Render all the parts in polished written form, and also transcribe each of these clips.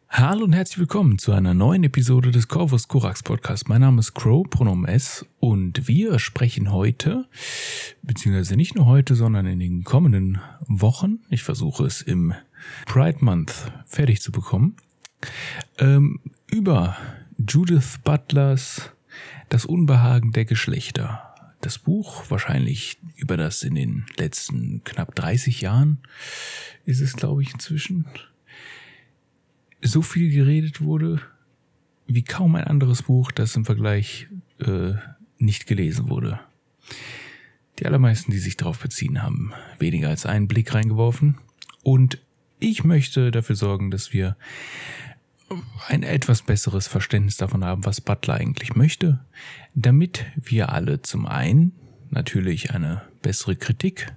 Hallo und herzlich willkommen zu einer neuen Episode des Corvus Corax Podcast. Mein Name ist Crow, Pronomen S, und wir sprechen heute, beziehungsweise nicht nur heute, sondern in den kommenden Wochen, ich versuche es im Pride Month fertig zu bekommen, über Judith Butlers Das Unbehagen der Geschlechter. Das Buch, wahrscheinlich über das in den letzten knapp 30 Jahren ist es, glaube ich, inzwischen so viel geredet wurde, wie kaum ein anderes Buch, das im Vergleich nicht gelesen wurde. Die allermeisten, die sich darauf beziehen, haben weniger als einen Blick reingeworfen. Und ich möchte dafür sorgen, dass wir ein etwas besseres Verständnis davon haben, was Butler eigentlich möchte, damit wir alle zum einen natürlich eine bessere Kritik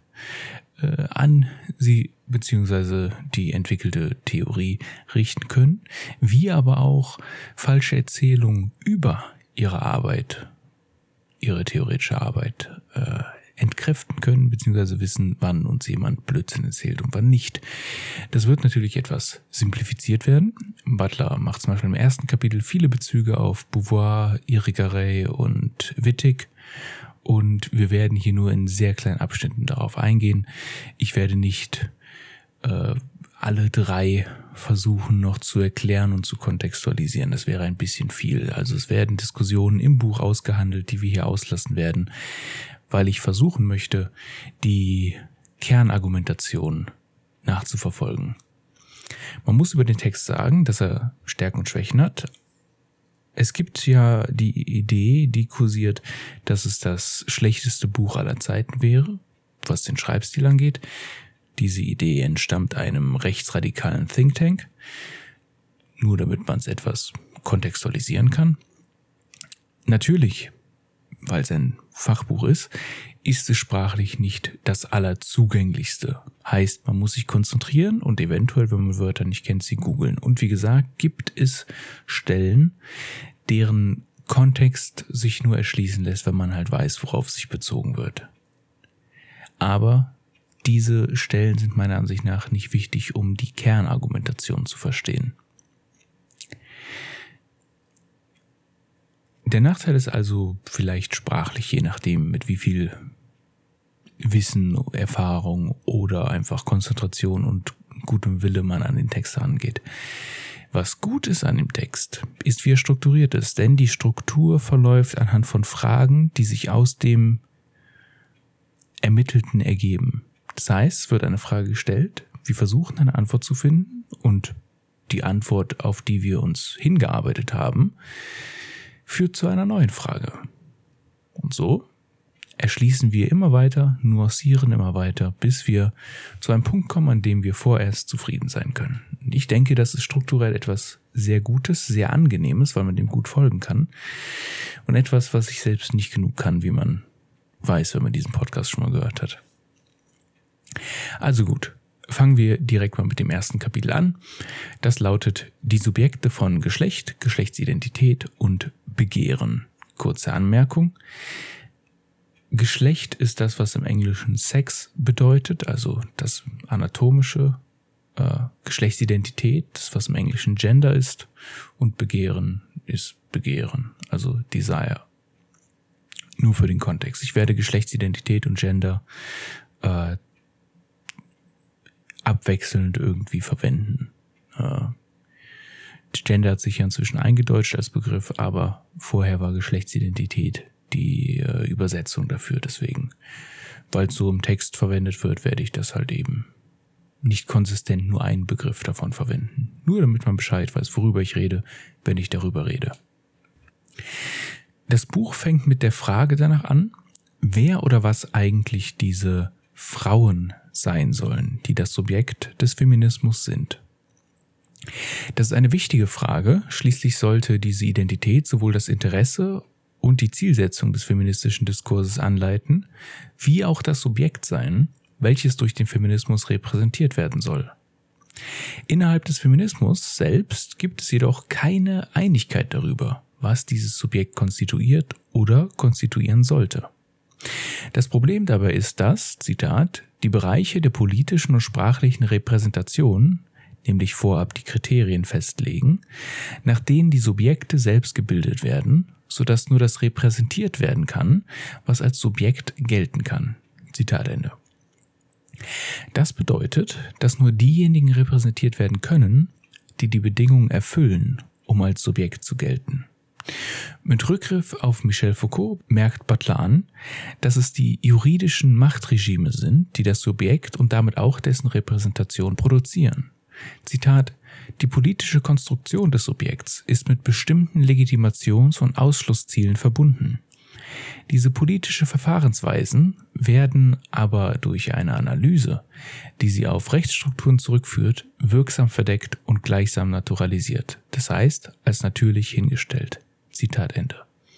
an sie bzw. die entwickelte Theorie richten können, wir aber auch falsche Erzählungen über ihre Arbeit, ihre theoretische Arbeit entkräften können, beziehungsweise wissen, wann uns jemand Blödsinn erzählt und wann nicht. Das wird natürlich etwas simplifiziert werden. Butler macht zum Beispiel im ersten Kapitel viele Bezüge auf Beauvoir, Irigaray und Wittig. Und wir werden hier nur in sehr kleinen Abschnitten darauf eingehen. Ich werde nicht alle drei versuchen noch zu erklären und zu kontextualisieren. Das wäre ein bisschen viel. Also es werden Diskussionen im Buch ausgehandelt, die wir hier auslassen werden, weil ich versuchen möchte, die Kernargumentation nachzuverfolgen. Man muss über den Text sagen, dass er Stärken und Schwächen hat. Es gibt ja die Idee, die kursiert, dass es das schlechteste Buch aller Zeiten wäre, was den Schreibstil angeht. Diese Idee entstammt einem rechtsradikalen Think Tank, nur damit man es etwas kontextualisieren kann. Natürlich, weil es ein Fachbuch ist es sprachlich nicht das allerzugänglichste. Heißt, man muss sich konzentrieren und eventuell, wenn man Wörter nicht kennt, sie googeln. Und wie gesagt, gibt es Stellen, deren Kontext sich nur erschließen lässt, wenn man halt weiß, worauf sich bezogen wird. Aber diese Stellen sind meiner Ansicht nach nicht wichtig, um die Kernargumentation zu verstehen. Der Nachteil ist also vielleicht sprachlich, je nachdem, mit wie viel Wissen, Erfahrung oder einfach Konzentration und gutem Wille man an den Text herangeht. Was gut ist an dem Text, ist, wie er strukturiert ist, denn die Struktur verläuft anhand von Fragen, die sich aus dem Ermittelten ergeben. Das heißt, es wird eine Frage gestellt, wir versuchen eine Antwort zu finden und die Antwort, auf die wir uns hingearbeitet haben, führt zu einer neuen Frage. Und so erschließen wir immer weiter, nuancieren immer weiter, bis wir zu einem Punkt kommen, an dem wir vorerst zufrieden sein können. Und ich denke, das ist strukturell etwas sehr Gutes, sehr Angenehmes, weil man dem gut folgen kann. Und etwas, was ich selbst nicht genug kann, wie man weiß, wenn man diesen Podcast schon mal gehört hat. Also gut, fangen wir direkt mal mit dem ersten Kapitel an. Das lautet die Subjekte von Geschlecht, Geschlechtsidentität und Begehren. Kurze Anmerkung. Geschlecht ist das, was im Englischen Sex bedeutet, also das anatomische. Geschlechtsidentität, das, was im Englischen Gender ist. Und Begehren ist Begehren, also Desire. Nur für den Kontext. Ich werde Geschlechtsidentität und Gender abwechselnd irgendwie verwenden. Gender hat sich ja inzwischen eingedeutscht als Begriff, aber vorher war Geschlechtsidentität die Übersetzung dafür. Deswegen, weil es so im Text verwendet wird, werde ich das halt eben nicht konsistent nur einen Begriff davon verwenden. Nur damit man Bescheid weiß, worüber ich rede, wenn ich darüber rede. Das Buch fängt mit der Frage danach an, wer oder was eigentlich diese Frauen sein sollen, die das Subjekt des Feminismus sind. Das ist eine wichtige Frage, schließlich sollte diese Identität sowohl das Interesse und die Zielsetzung des feministischen Diskurses anleiten, wie auch das Subjekt sein, welches durch den Feminismus repräsentiert werden soll. Innerhalb des Feminismus selbst gibt es jedoch keine Einigkeit darüber, was dieses Subjekt konstituiert oder konstituieren sollte. Das Problem dabei ist, dass, Zitat, die Bereiche der politischen und sprachlichen Repräsentation nämlich vorab die Kriterien festlegen, nach denen die Subjekte selbst gebildet werden, sodass nur das repräsentiert werden kann, was als Subjekt gelten kann. Zitat Ende. Das bedeutet, dass nur diejenigen repräsentiert werden können, die die Bedingungen erfüllen, um als Subjekt zu gelten. Mit Rückgriff auf Michel Foucault merkt Butler an, dass es die juridischen Machtregime sind, die das Subjekt und damit auch dessen Repräsentation produzieren. Zitat: Die politische Konstruktion des Subjekts ist mit bestimmten Legitimations- und Ausschlusszielen verbunden. Diese politische Verfahrensweisen werden aber durch eine Analyse, die sie auf Rechtsstrukturen zurückführt, wirksam verdeckt und gleichsam naturalisiert, das heißt als natürlich hingestellt. Zitat Ende.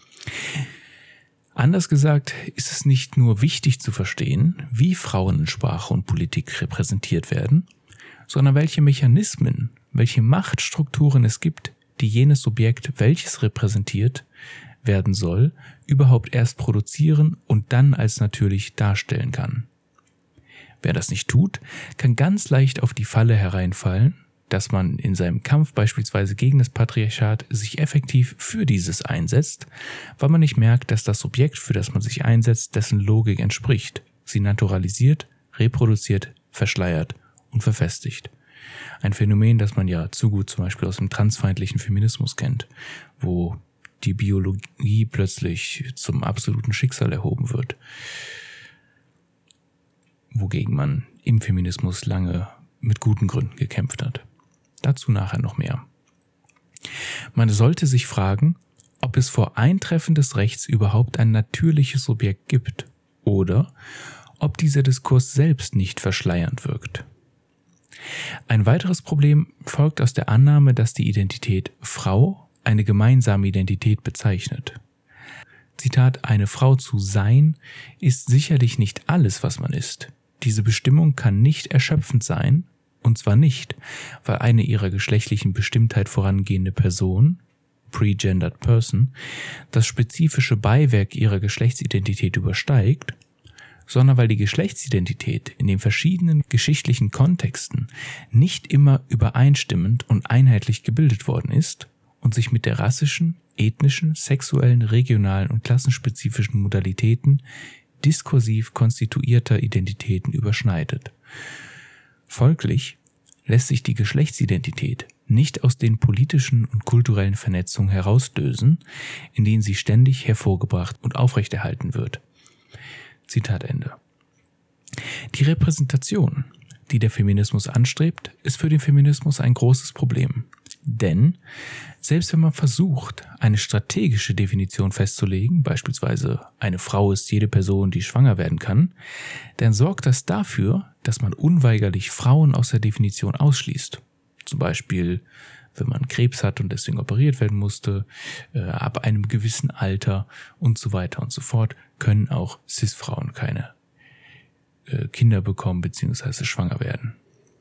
Anders gesagt ist es nicht nur wichtig zu verstehen, wie Frauen in Sprache und Politik repräsentiert werden, sondern welche Mechanismen, welche Machtstrukturen es gibt, die jenes Subjekt, welches repräsentiert werden soll, überhaupt erst produzieren und dann als natürlich darstellen kann. Wer das nicht tut, kann ganz leicht auf die Falle hereinfallen, dass man in seinem Kampf beispielsweise gegen das Patriarchat sich effektiv für dieses einsetzt, weil man nicht merkt, dass das Subjekt, für das man sich einsetzt, dessen Logik entspricht, sie naturalisiert, reproduziert, verschleiert und verfestigt. Ein Phänomen, das man ja zu gut zum Beispiel aus dem transfeindlichen Feminismus kennt, wo die Biologie plötzlich zum absoluten Schicksal erhoben wird, wogegen man im Feminismus lange mit guten Gründen gekämpft hat. Dazu nachher noch mehr. Man sollte sich fragen, ob es vor Eintreffen des Rechts überhaupt ein natürliches Subjekt gibt oder ob dieser Diskurs selbst nicht verschleiernd wirkt. Ein weiteres Problem folgt aus der Annahme, dass die Identität Frau eine gemeinsame Identität bezeichnet. Zitat: Eine Frau zu sein ist sicherlich nicht alles, was man ist. Diese Bestimmung kann nicht erschöpfend sein, und zwar nicht, weil eine ihrer geschlechtlichen Bestimmtheit vorangehende Person, pre-gendered person, das spezifische Beiwerk ihrer Geschlechtsidentität übersteigt, sondern weil die Geschlechtsidentität in den verschiedenen geschichtlichen Kontexten nicht immer übereinstimmend und einheitlich gebildet worden ist und sich mit der rassischen, ethnischen, sexuellen, regionalen und klassenspezifischen Modalitäten diskursiv konstituierter Identitäten überschneidet. Folglich lässt sich die Geschlechtsidentität nicht aus den politischen und kulturellen Vernetzungen herauslösen, in denen sie ständig hervorgebracht und aufrechterhalten wird. Zitat Ende. Die Repräsentation, die der Feminismus anstrebt, ist für den Feminismus ein großes Problem. Denn selbst wenn man versucht, eine strategische Definition festzulegen, beispielsweise eine Frau ist jede Person, die schwanger werden kann, dann sorgt das dafür, dass man unweigerlich Frauen aus der Definition ausschließt. Zum Beispiel, wenn man Krebs hat und deswegen operiert werden musste, ab einem gewissen Alter und so weiter und so fort, können auch Cis-Frauen keine Kinder bekommen bzw. schwanger werden.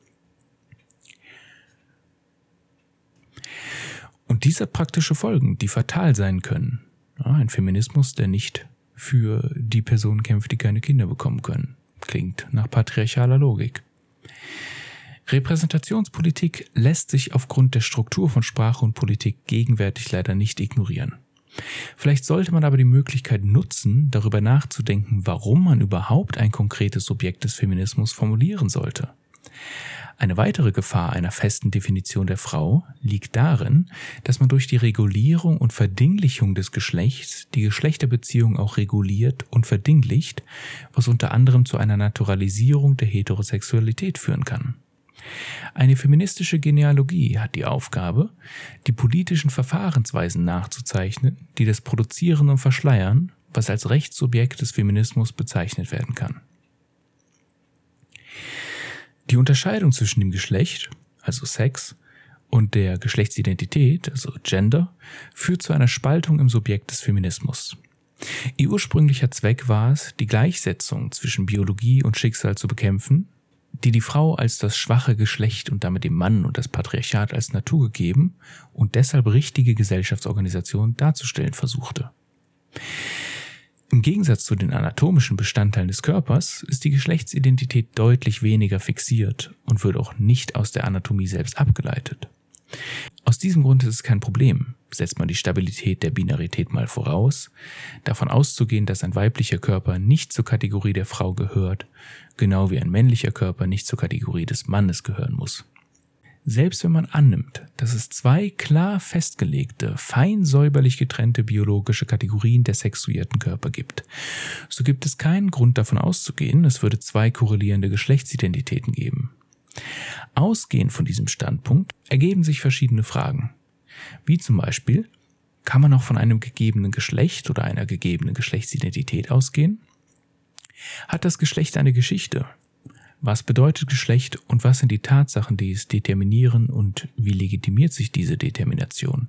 Und dies hat praktische Folgen, die fatal sein können. Ja, ein Feminismus, der nicht für die Personen kämpft, die keine Kinder bekommen können. Klingt nach patriarchaler Logik. Repräsentationspolitik lässt sich aufgrund der Struktur von Sprache und Politik gegenwärtig leider nicht ignorieren. Vielleicht sollte man aber die Möglichkeit nutzen, darüber nachzudenken, warum man überhaupt ein konkretes Subjekt des Feminismus formulieren sollte. Eine weitere Gefahr einer festen Definition der Frau liegt darin, dass man durch die Regulierung und Verdinglichung des Geschlechts die Geschlechterbeziehung auch reguliert und verdinglicht, was unter anderem zu einer Naturalisierung der Heterosexualität führen kann. Eine feministische Genealogie hat die Aufgabe, die politischen Verfahrensweisen nachzuzeichnen, die das Produzieren und Verschleiern, was als Rechtssubjekt des Feminismus bezeichnet werden kann. Die Unterscheidung zwischen dem Geschlecht, also Sex, und der Geschlechtsidentität, also Gender, führt zu einer Spaltung im Subjekt des Feminismus. Ihr ursprünglicher Zweck war es, die Gleichsetzung zwischen Biologie und Schicksal zu bekämpfen, die Frau als das schwache Geschlecht und damit dem Mann und das Patriarchat als naturgegeben und deshalb richtige Gesellschaftsorganisation darzustellen versuchte. Im Gegensatz zu den anatomischen Bestandteilen des Körpers ist die Geschlechtsidentität deutlich weniger fixiert und wird auch nicht aus der Anatomie selbst abgeleitet. Aus diesem Grund ist es kein Problem, setzt man die Stabilität der Binarität mal voraus, davon auszugehen, dass ein weiblicher Körper nicht zur Kategorie der Frau gehört, genau wie ein männlicher Körper nicht zur Kategorie des Mannes gehören muss. Selbst wenn man annimmt, dass es zwei klar festgelegte, fein säuberlich getrennte biologische Kategorien der sexuierten Körper gibt, so gibt es keinen Grund davon auszugehen, es würde zwei korrelierende Geschlechtsidentitäten geben. Ausgehend von diesem Standpunkt ergeben sich verschiedene Fragen, wie zum Beispiel, kann man auch von einem gegebenen Geschlecht oder einer gegebenen Geschlechtsidentität ausgehen? Hat das Geschlecht eine Geschichte? Was bedeutet Geschlecht und was sind die Tatsachen, die es determinieren und wie legitimiert sich diese Determination?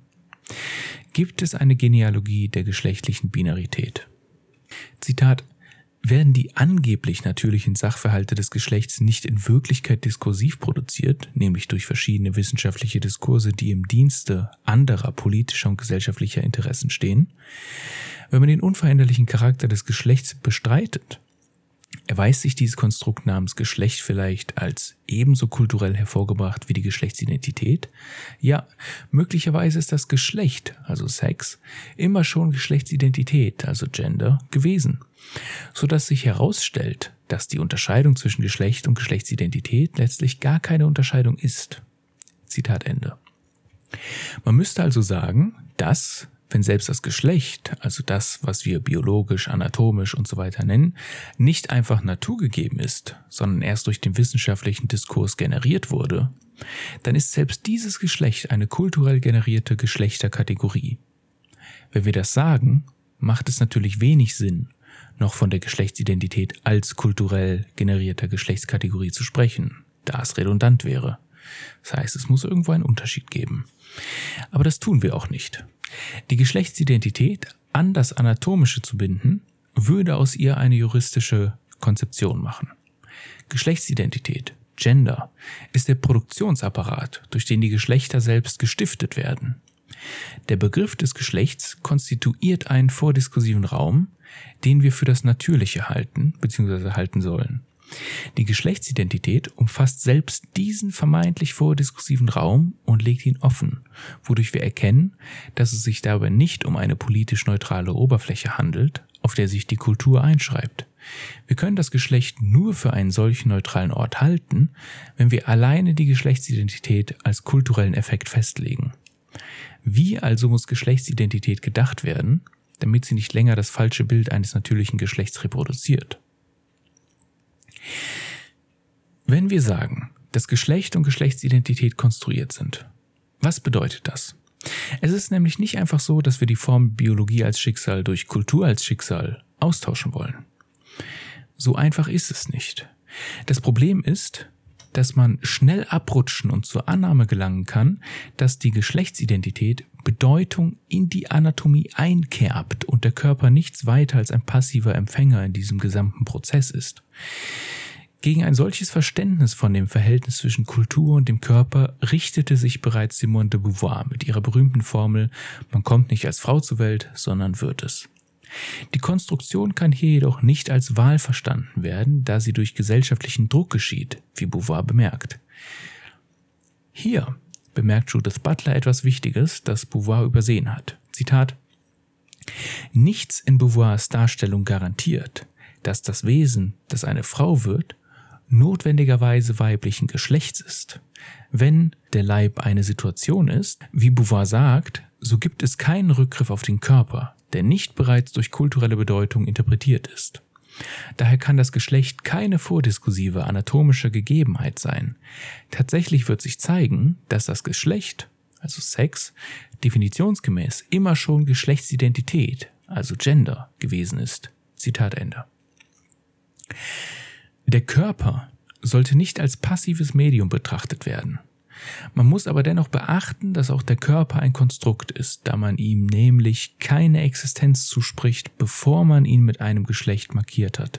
Gibt es eine Genealogie der geschlechtlichen Binarität? Zitat: Werden die angeblich natürlichen Sachverhalte des Geschlechts nicht in Wirklichkeit diskursiv produziert, nämlich durch verschiedene wissenschaftliche Diskurse, die im Dienste anderer politischer und gesellschaftlicher Interessen stehen? Wenn man den unveränderlichen Charakter des Geschlechts bestreitet, erweist sich dieses Konstrukt namens Geschlecht vielleicht als ebenso kulturell hervorgebracht wie die Geschlechtsidentität? Ja, möglicherweise ist das Geschlecht, also Sex, immer schon Geschlechtsidentität, also Gender, gewesen, sodass sich herausstellt, dass die Unterscheidung zwischen Geschlecht und Geschlechtsidentität letztlich gar keine Unterscheidung ist. Zitat Ende. Man müsste also sagen, dass, wenn selbst das Geschlecht, also das, was wir biologisch, anatomisch und so weiter nennen, nicht einfach naturgegeben ist, sondern erst durch den wissenschaftlichen Diskurs generiert wurde, dann ist selbst dieses Geschlecht eine kulturell generierte Geschlechterkategorie. Wenn wir das sagen, macht es natürlich wenig Sinn, noch von der Geschlechtsidentität als kulturell generierter Geschlechtskategorie zu sprechen, da es redundant wäre. Das heißt, es muss irgendwo einen Unterschied geben. Aber das tun wir auch nicht. Die Geschlechtsidentität an das Anatomische zu binden, würde aus ihr eine juristische Konzeption machen. Geschlechtsidentität, Gender, ist der Produktionsapparat, durch den die Geschlechter selbst gestiftet werden. Der Begriff des Geschlechts konstituiert einen vordiskursiven Raum, den wir für das Natürliche halten bzw. halten sollen. Die Geschlechtsidentität umfasst selbst diesen vermeintlich vordiskursiven Raum und legt ihn offen, wodurch wir erkennen, dass es sich dabei nicht um eine politisch neutrale Oberfläche handelt, auf der sich die Kultur einschreibt. Wir können das Geschlecht nur für einen solchen neutralen Ort halten, wenn wir alleine die Geschlechtsidentität als kulturellen Effekt festlegen. Wie also muss Geschlechtsidentität gedacht werden, damit sie nicht länger das falsche Bild eines natürlichen Geschlechts reproduziert? Wenn wir sagen, dass Geschlecht und Geschlechtsidentität konstruiert sind, was bedeutet das? Es ist nämlich nicht einfach so, dass wir die Form Biologie als Schicksal durch Kultur als Schicksal austauschen wollen. So einfach ist es nicht. Das Problem ist, dass man schnell abrutschen und zur Annahme gelangen kann, dass die Geschlechtsidentität Bedeutung in die Anatomie einkerbt und der Körper nichts weiter als ein passiver Empfänger in diesem gesamten Prozess ist. Gegen ein solches Verständnis von dem Verhältnis zwischen Kultur und dem Körper richtete sich bereits Simone de Beauvoir mit ihrer berühmten Formel: Man kommt nicht als Frau zur Welt, sondern wird es. Die Konstruktion kann hier jedoch nicht als Wahl verstanden werden, da sie durch gesellschaftlichen Druck geschieht, wie Beauvoir bemerkt. Hier bemerkt Judith Butler etwas Wichtiges, das Beauvoir übersehen hat. Zitat: Nichts in Beauvoirs Darstellung garantiert, dass das Wesen, das eine Frau wird, notwendigerweise weiblichen Geschlechts ist. Wenn der Leib eine Situation ist, wie Beauvoir sagt, so gibt es keinen Rückgriff auf den Körper, der nicht bereits durch kulturelle Bedeutung interpretiert ist. Daher kann das Geschlecht keine vordiskursive anatomische Gegebenheit sein. Tatsächlich wird sich zeigen, dass das Geschlecht, also Sex, definitionsgemäß immer schon Geschlechtsidentität, also Gender, gewesen ist. Zitat Ende. Der Körper sollte nicht als passives Medium betrachtet werden. Man muss aber dennoch beachten, dass auch der Körper ein Konstrukt ist, da man ihm nämlich keine Existenz zuspricht, bevor man ihn mit einem Geschlecht markiert hat.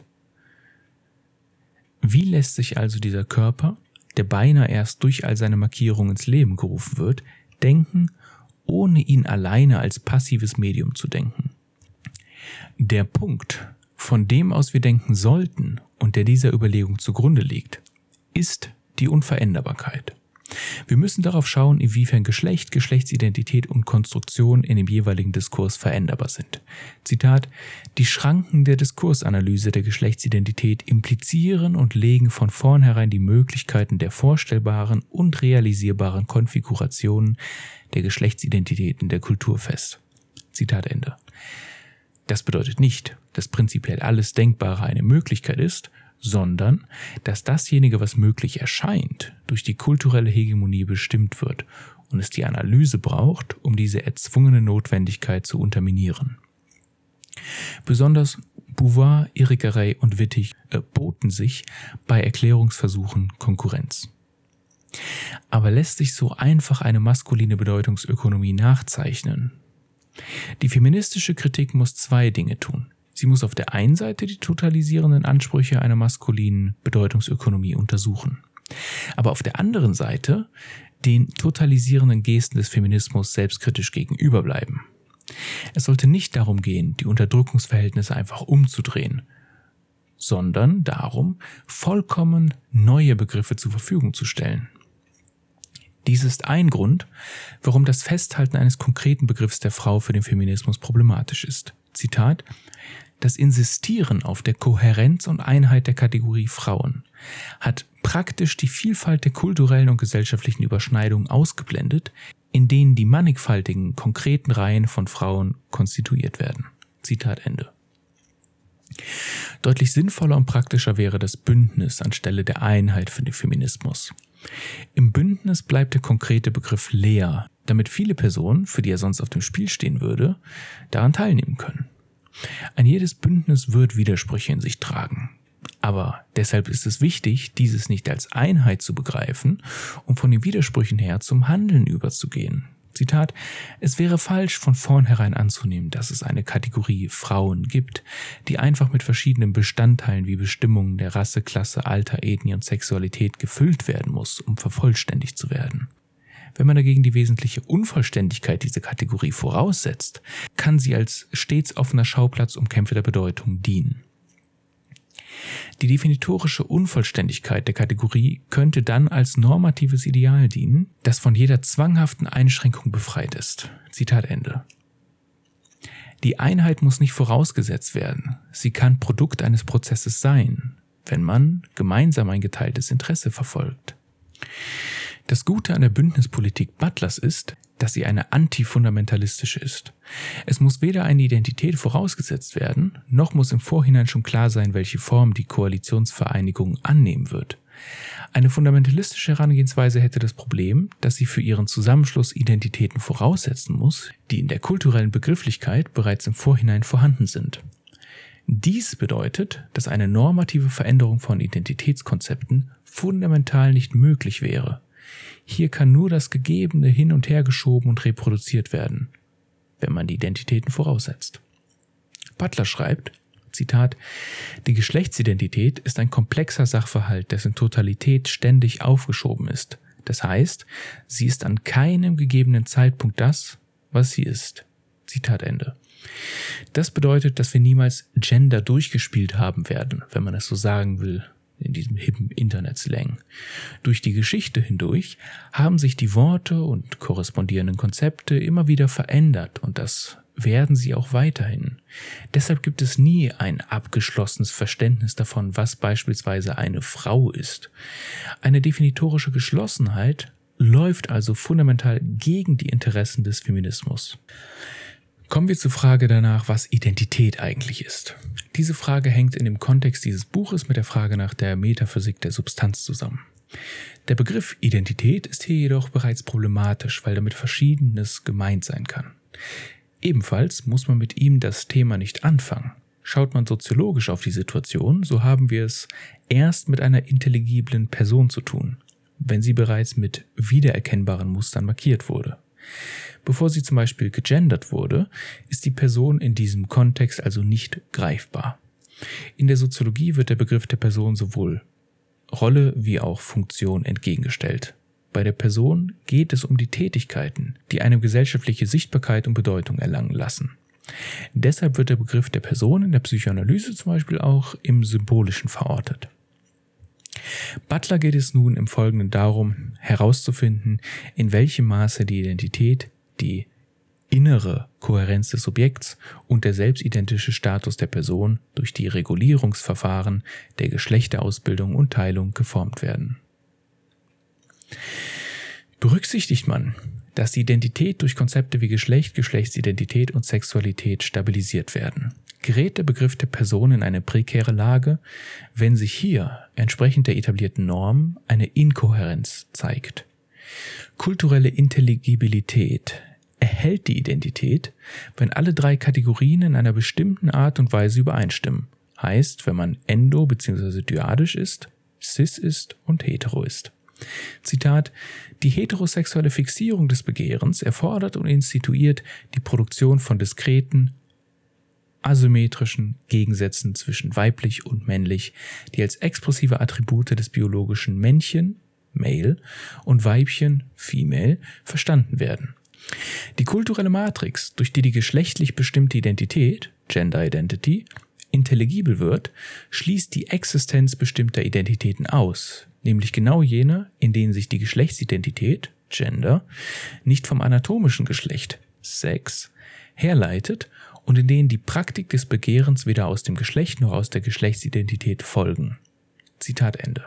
Wie lässt sich also dieser Körper, der beinahe erst durch all seine Markierungen ins Leben gerufen wird, denken, ohne ihn alleine als passives Medium zu denken? Der Punkt, von dem aus wir denken sollten und der dieser Überlegung zugrunde liegt, ist die Unveränderbarkeit. Wir müssen darauf schauen, inwiefern Geschlecht, Geschlechtsidentität und Konstruktion in dem jeweiligen Diskurs veränderbar sind. Zitat: Die Schranken der Diskursanalyse der Geschlechtsidentität implizieren und legen von vornherein die Möglichkeiten der vorstellbaren und realisierbaren Konfigurationen der Geschlechtsidentitäten der Kultur fest. Zitat Ende. Das bedeutet nicht, dass prinzipiell alles Denkbare eine Möglichkeit ist, sondern dass dasjenige, was möglich erscheint, durch die kulturelle Hegemonie bestimmt wird und es die Analyse braucht, um diese erzwungene Notwendigkeit zu unterminieren. Besonders Beauvoir, Irigaray und Wittig boten sich bei Erklärungsversuchen Konkurrenz. Aber lässt sich so einfach eine maskuline Bedeutungsökonomie nachzeichnen? Die feministische Kritik muss zwei Dinge tun. Sie muss auf der einen Seite die totalisierenden Ansprüche einer maskulinen Bedeutungsökonomie untersuchen, aber auf der anderen Seite den totalisierenden Gesten des Feminismus selbstkritisch gegenüberbleiben. Es sollte nicht darum gehen, die Unterdrückungsverhältnisse einfach umzudrehen, sondern darum, vollkommen neue Begriffe zur Verfügung zu stellen. Dies ist ein Grund, warum das Festhalten eines konkreten Begriffs der Frau für den Feminismus problematisch ist. Zitat: Das Insistieren auf der Kohärenz und Einheit der Kategorie Frauen hat praktisch die Vielfalt der kulturellen und gesellschaftlichen Überschneidungen ausgeblendet, in denen die mannigfaltigen, konkreten Reihen von Frauen konstituiert werden. Zitat Ende. Deutlich sinnvoller und praktischer wäre das Bündnis anstelle der Einheit für den Feminismus. Im Bündnis bleibt der konkrete Begriff leer, damit viele Personen, für die er sonst auf dem Spiel stehen würde, daran teilnehmen können. Ein jedes Bündnis wird Widersprüche in sich tragen. Aber deshalb ist es wichtig, dieses nicht als Einheit zu begreifen, um von den Widersprüchen her zum Handeln überzugehen. Zitat: Es wäre falsch, von vornherein anzunehmen, dass es eine Kategorie Frauen gibt, die einfach mit verschiedenen Bestandteilen wie Bestimmungen der Rasse, Klasse, Alter, Ethnie und Sexualität gefüllt werden muss, um vervollständigt zu werden. Wenn man dagegen die wesentliche Unvollständigkeit dieser Kategorie voraussetzt, kann sie als stets offener Schauplatz um Kämpfe der Bedeutung dienen. Die definitorische Unvollständigkeit der Kategorie könnte dann als normatives Ideal dienen, das von jeder zwanghaften Einschränkung befreit ist. Zitat Ende. Die Einheit muss nicht vorausgesetzt werden, sie kann Produkt eines Prozesses sein, wenn man gemeinsam ein geteiltes Interesse verfolgt. Das Gute an der Bündnispolitik Butlers ist, dass sie eine antifundamentalistische ist. Es muss weder eine Identität vorausgesetzt werden, noch muss im Vorhinein schon klar sein, welche Form die Koalitionsvereinigung annehmen wird. Eine fundamentalistische Herangehensweise hätte das Problem, dass sie für ihren Zusammenschluss Identitäten voraussetzen muss, die in der kulturellen Begrifflichkeit bereits im Vorhinein vorhanden sind. Dies bedeutet, dass eine normative Veränderung von Identitätskonzepten fundamental nicht möglich wäre. Hier kann nur das Gegebene hin und her geschoben und reproduziert werden, wenn man die Identitäten voraussetzt. Butler schreibt, Zitat: Die Geschlechtsidentität ist ein komplexer Sachverhalt, dessen Totalität ständig aufgeschoben ist. Das heißt, sie ist an keinem gegebenen Zeitpunkt das, was sie ist. Zitat Ende. Das bedeutet, dass wir niemals Gender durchgespielt haben werden, wenn man es so sagen will, in diesem hippen Internet-Slang. Durch die Geschichte hindurch haben sich die Worte und korrespondierenden Konzepte immer wieder verändert und das werden sie auch weiterhin. Deshalb gibt es nie ein abgeschlossenes Verständnis davon, was beispielsweise eine Frau ist. Eine definitorische Geschlossenheit läuft also fundamental gegen die Interessen des Feminismus. Kommen wir zur Frage danach, was Identität eigentlich ist. Diese Frage hängt in dem Kontext dieses Buches mit der Frage nach der Metaphysik der Substanz zusammen. Der Begriff Identität ist hier jedoch bereits problematisch, weil damit Verschiedenes gemeint sein kann. Ebenfalls muss man mit ihm das Thema nicht anfangen. Schaut man soziologisch auf die Situation, so haben wir es erst mit einer intelligiblen Person zu tun, wenn sie bereits mit wiedererkennbaren Mustern markiert wurde. Bevor sie zum Beispiel gegendert wurde, ist die Person in diesem Kontext also nicht greifbar. In der Soziologie wird der Begriff der Person sowohl Rolle wie auch Funktion entgegengestellt. Bei der Person geht es um die Tätigkeiten, die eine gesellschaftliche Sichtbarkeit und Bedeutung erlangen lassen. Deshalb wird der Begriff der Person in der Psychoanalyse zum Beispiel auch im Symbolischen verortet. Butler geht es nun im Folgenden darum, herauszufinden, in welchem Maße die Identität, die innere Kohärenz des Subjekts und der selbstidentische Status der Person durch die Regulierungsverfahren der Geschlechterausbildung und Teilung geformt werden. Berücksichtigt man, dass die Identität durch Konzepte wie Geschlecht, Geschlechtsidentität und Sexualität stabilisiert werden, gerät der Begriff der Person in eine prekäre Lage, wenn sich hier entsprechend der etablierten Normen eine Inkohärenz zeigt. Kulturelle Intelligibilität erhält die Identität, wenn alle drei Kategorien in einer bestimmten Art und Weise übereinstimmen. Heißt, wenn man endo- bzw. dyadisch ist, cis ist und hetero ist. Zitat: Die heterosexuelle Fixierung des Begehrens erfordert und instituiert die Produktion von diskreten, asymmetrischen Gegensätzen zwischen weiblich und männlich, die als expressive Attribute des biologischen Männchen, Male, und Weibchen, Female, verstanden werden. Die kulturelle Matrix, durch die die geschlechtlich bestimmte Identität, Gender Identity, intelligibel wird, schließt die Existenz bestimmter Identitäten aus, nämlich genau jene, in denen sich die Geschlechtsidentität, Gender, nicht vom anatomischen Geschlecht, Sex, herleitet und in denen die Praktik des Begehrens weder aus dem Geschlecht noch aus der Geschlechtsidentität folgen. Zitat Ende.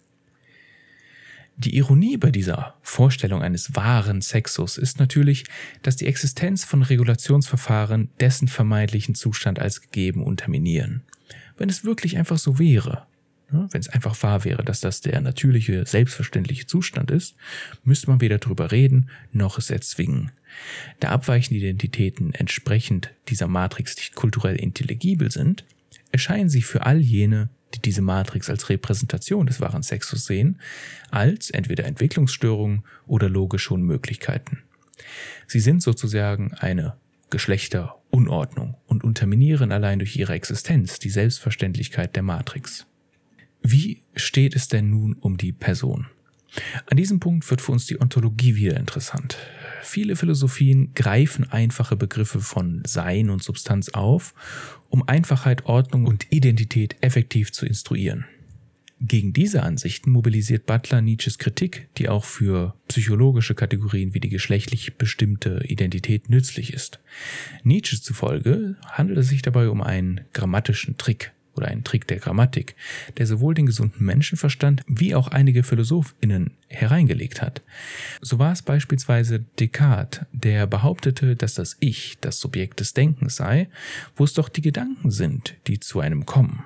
Die Ironie bei dieser Vorstellung eines wahren Sexus ist natürlich, dass die Existenz von Regulationsverfahren dessen vermeintlichen Zustand als gegeben unterminieren. Wenn es wirklich einfach so wäre, wenn es einfach wahr wäre, dass das der natürliche, selbstverständliche Zustand ist, müsste man weder darüber reden, noch es erzwingen. Da abweichende Identitäten entsprechend dieser Matrix nicht kulturell intelligibel sind, erscheinen sie für all jene, die diese Matrix als Repräsentation des wahren Sexus sehen, als entweder Entwicklungsstörungen oder logische Unmöglichkeiten. Sie sind sozusagen eine Geschlechterunordnung und unterminieren allein durch ihre Existenz die Selbstverständlichkeit der Matrix. Wie steht es denn nun um die Person? An diesem Punkt wird für uns die Ontologie wieder interessant. Viele Philosophien greifen einfache Begriffe von Sein und Substanz auf, um Einfachheit, Ordnung und Identität effektiv zu instruieren. Gegen diese Ansichten mobilisiert Butler Nietzsches Kritik, die auch für psychologische Kategorien wie die geschlechtlich bestimmte Identität nützlich ist. Nietzsche zufolge handelt es sich dabei um einen grammatischen Trick oder einen Trick der Grammatik, der sowohl den gesunden Menschenverstand wie auch einige PhilosophInnen hereingelegt hat. So war es beispielsweise Descartes, der behauptete, dass das Ich das Subjekt des Denkens sei, wo es doch die Gedanken sind, die zu einem kommen.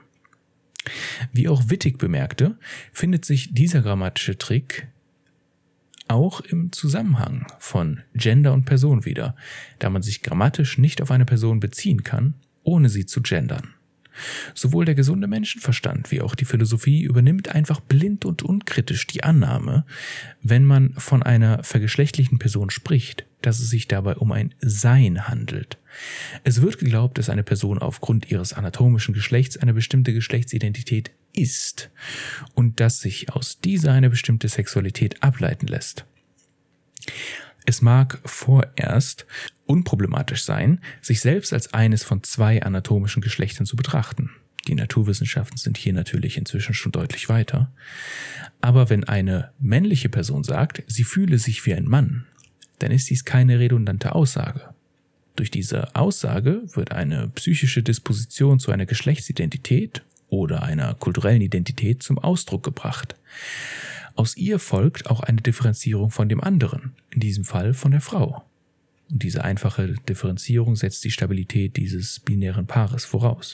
Wie auch Wittig bemerkte, findet sich dieser grammatische Trick auch im Zusammenhang von Gender und Person wieder, da man sich grammatisch nicht auf eine Person beziehen kann, ohne sie zu gendern. Sowohl der gesunde Menschenverstand wie auch die Philosophie übernimmt einfach blind und unkritisch die Annahme, wenn man von einer vergeschlechtlichen Person spricht, dass es sich dabei um ein Sein handelt. Es wird geglaubt, dass eine Person aufgrund ihres anatomischen Geschlechts eine bestimmte Geschlechtsidentität ist und dass sich aus dieser eine bestimmte Sexualität ableiten lässt. Es mag vorerst unproblematisch sein, sich selbst als eines von zwei anatomischen Geschlechtern zu betrachten. Die Naturwissenschaften sind hier natürlich inzwischen schon deutlich weiter. Aber wenn eine männliche Person sagt, sie fühle sich wie ein Mann, dann ist dies keine redundante Aussage. Durch diese Aussage wird eine psychische Disposition zu einer Geschlechtsidentität oder einer kulturellen Identität zum Ausdruck gebracht. Aus ihr folgt auch eine Differenzierung von dem anderen, in diesem Fall von der Frau. Und diese einfache Differenzierung setzt die Stabilität dieses binären Paares voraus.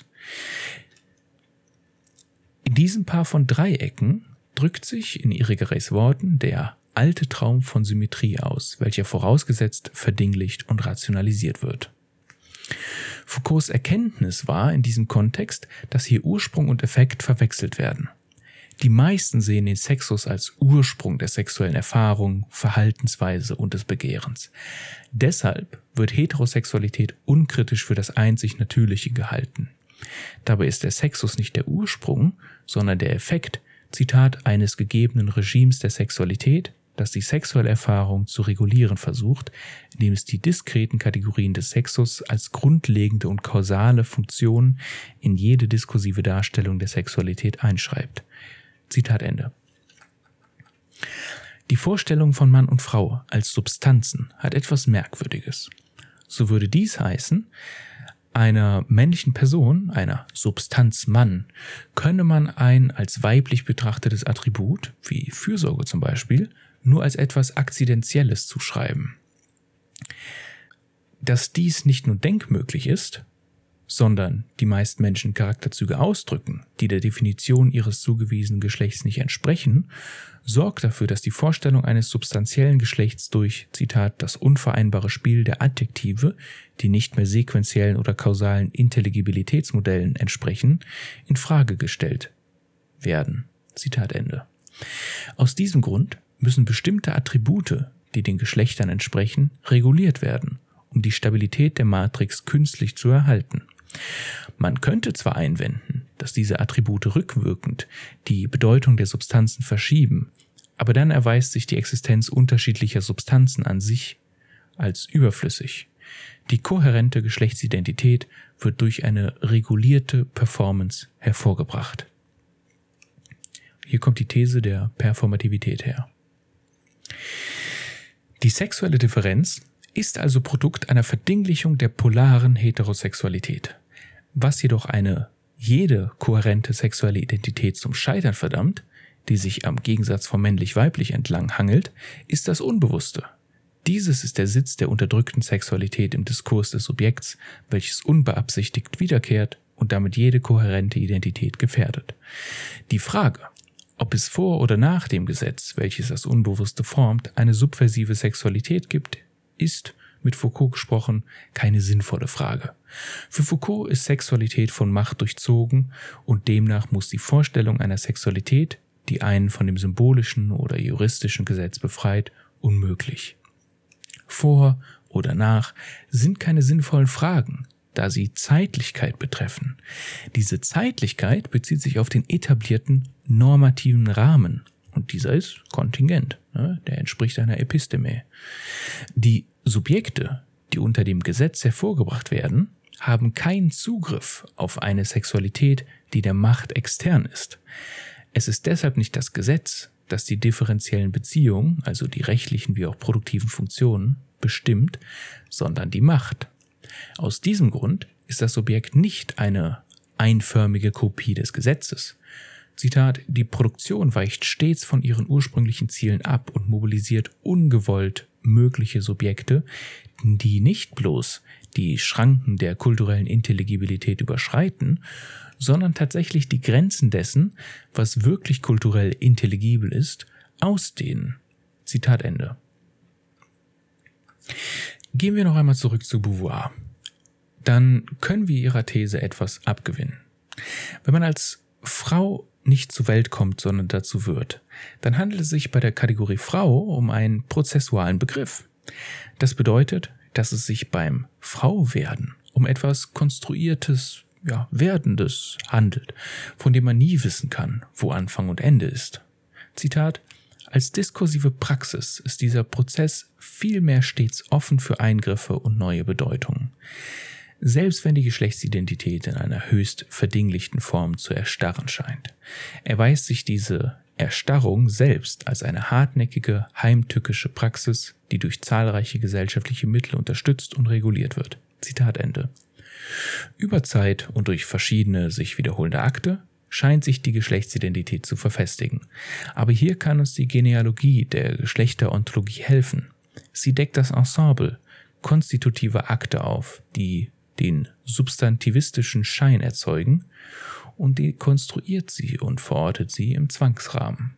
In diesem Paar von Dreiecken drückt sich in Irigareys Worten der alte Traum von Symmetrie aus, welcher vorausgesetzt verdinglicht und rationalisiert wird. Foucaults Erkenntnis war in diesem Kontext, dass hier Ursprung und Effekt verwechselt werden. Die meisten sehen den Sexus als Ursprung der sexuellen Erfahrung, Verhaltensweise und des Begehrens. Deshalb wird Heterosexualität unkritisch für das einzig Natürliche gehalten. Dabei ist der Sexus nicht der Ursprung, sondern der Effekt, Zitat, eines gegebenen Regimes der Sexualität, das die sexuelle Erfahrung zu regulieren versucht, indem es die diskreten Kategorien des Sexus als grundlegende und kausale Funktion in jede diskursive Darstellung der Sexualität einschreibt. Zitat Ende. Die Vorstellung von Mann und Frau als Substanzen hat etwas Merkwürdiges. So würde dies heißen, einer männlichen Person, einer Substanz Mann, könne man ein als weiblich betrachtetes Attribut, wie Fürsorge zum Beispiel, nur als etwas Akzidentielles zuschreiben. Dass dies nicht nur denkmöglich ist, sondern die meisten Menschen Charakterzüge ausdrücken, die der Definition ihres zugewiesenen Geschlechts nicht entsprechen, sorgt dafür, dass die Vorstellung eines substanziellen Geschlechts durch, Zitat, das unvereinbare Spiel der Adjektive, die nicht mehr sequenziellen oder kausalen Intelligibilitätsmodellen entsprechen, in Frage gestellt werden. Zitat Ende. Aus diesem Grund müssen bestimmte Attribute, die den Geschlechtern entsprechen, reguliert werden, um die Stabilität der Matrix künstlich zu erhalten. Man könnte zwar einwenden, dass diese Attribute rückwirkend die Bedeutung der Substanzen verschieben, aber dann erweist sich die Existenz unterschiedlicher Substanzen an sich als überflüssig. Die kohärente Geschlechtsidentität wird durch eine regulierte Performance hervorgebracht. Hier kommt die These der Performativität her. Die sexuelle Differenz ist also Produkt einer Verdinglichung der polaren Heterosexualität. Was jedoch jede kohärente sexuelle Identität zum Scheitern verdammt, die sich am Gegensatz von männlich-weiblich entlang hangelt, ist das Unbewusste. Dieses ist der Sitz der unterdrückten Sexualität im Diskurs des Subjekts, welches unbeabsichtigt wiederkehrt und damit jede kohärente Identität gefährdet. Die Frage, ob es vor oder nach dem Gesetz, welches das Unbewusste formt, eine subversive Sexualität gibt, ist, mit Foucault gesprochen, keine sinnvolle Frage. Für Foucault ist Sexualität von Macht durchzogen und demnach muss die Vorstellung einer Sexualität, die einen von dem symbolischen oder juristischen Gesetz befreit, unmöglich. Vor oder nach sind keine sinnvollen Fragen, da sie Zeitlichkeit betreffen. Diese Zeitlichkeit bezieht sich auf den etablierten normativen Rahmen. Und dieser ist kontingent, der entspricht einer Episteme. Die Subjekte, die unter dem Gesetz hervorgebracht werden, haben keinen Zugriff auf eine Sexualität, die der Macht extern ist. Es ist deshalb nicht das Gesetz, das die differenziellen Beziehungen, also die rechtlichen wie auch produktiven Funktionen, bestimmt, sondern die Macht. Aus diesem Grund ist das Subjekt nicht eine einförmige Kopie des Gesetzes. Zitat, die Produktion weicht stets von ihren ursprünglichen Zielen ab und mobilisiert ungewollt mögliche Subjekte, die nicht bloß die Schranken der kulturellen Intelligibilität überschreiten, sondern tatsächlich die Grenzen dessen, was wirklich kulturell intelligibel ist, ausdehnen. Zitat Ende. Gehen wir noch einmal zurück zu Beauvoir. Dann können wir ihrer These etwas abgewinnen. Wenn man als Frau nicht zur Welt kommt, sondern dazu wird, dann handelt es sich bei der Kategorie Frau um einen prozessualen Begriff. Das bedeutet, dass es sich beim Frauwerden um etwas Konstruiertes, Werdendes handelt, von dem man nie wissen kann, wo Anfang und Ende ist. Zitat, als diskursive Praxis ist dieser Prozess vielmehr stets offen für Eingriffe und neue Bedeutungen. Selbst wenn die Geschlechtsidentität in einer höchst verdinglichten Form zu erstarren scheint, erweist sich diese Erstarrung selbst als eine hartnäckige, heimtückische Praxis, die durch zahlreiche gesellschaftliche Mittel unterstützt und reguliert wird. Zitat Ende. Über Zeit und durch verschiedene sich wiederholende Akte scheint sich die Geschlechtsidentität zu verfestigen. Aber hier kann uns die Genealogie der Geschlechterontologie helfen. Sie deckt das Ensemble konstitutiver Akte auf, die den substantivistischen Schein erzeugen, und dekonstruiert sie und verortet sie im Zwangsrahmen.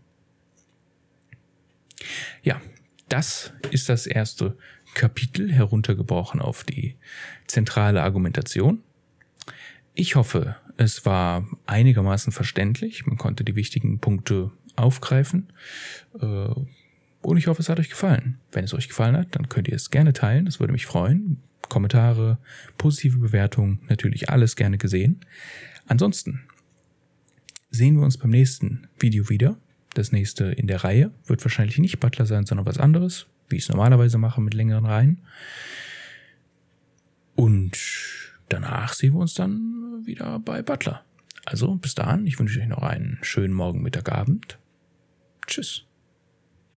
Ja, das ist das erste Kapitel, heruntergebrochen auf die zentrale Argumentation. Ich hoffe, es war einigermaßen verständlich, man konnte die wichtigen Punkte aufgreifen und ich hoffe, es hat euch gefallen. Wenn es euch gefallen hat, dann könnt ihr es gerne teilen, das würde mich freuen. Kommentare, positive Bewertungen, natürlich alles gerne gesehen. Ansonsten sehen wir uns beim nächsten Video wieder. Das nächste in der Reihe wird wahrscheinlich nicht Butler sein, sondern was anderes, wie ich es normalerweise mache mit längeren Reihen. Und danach sehen wir uns dann wieder bei Butler. Also bis dahin, ich wünsche euch noch einen schönen Morgen, Mittag, Abend. Tschüss.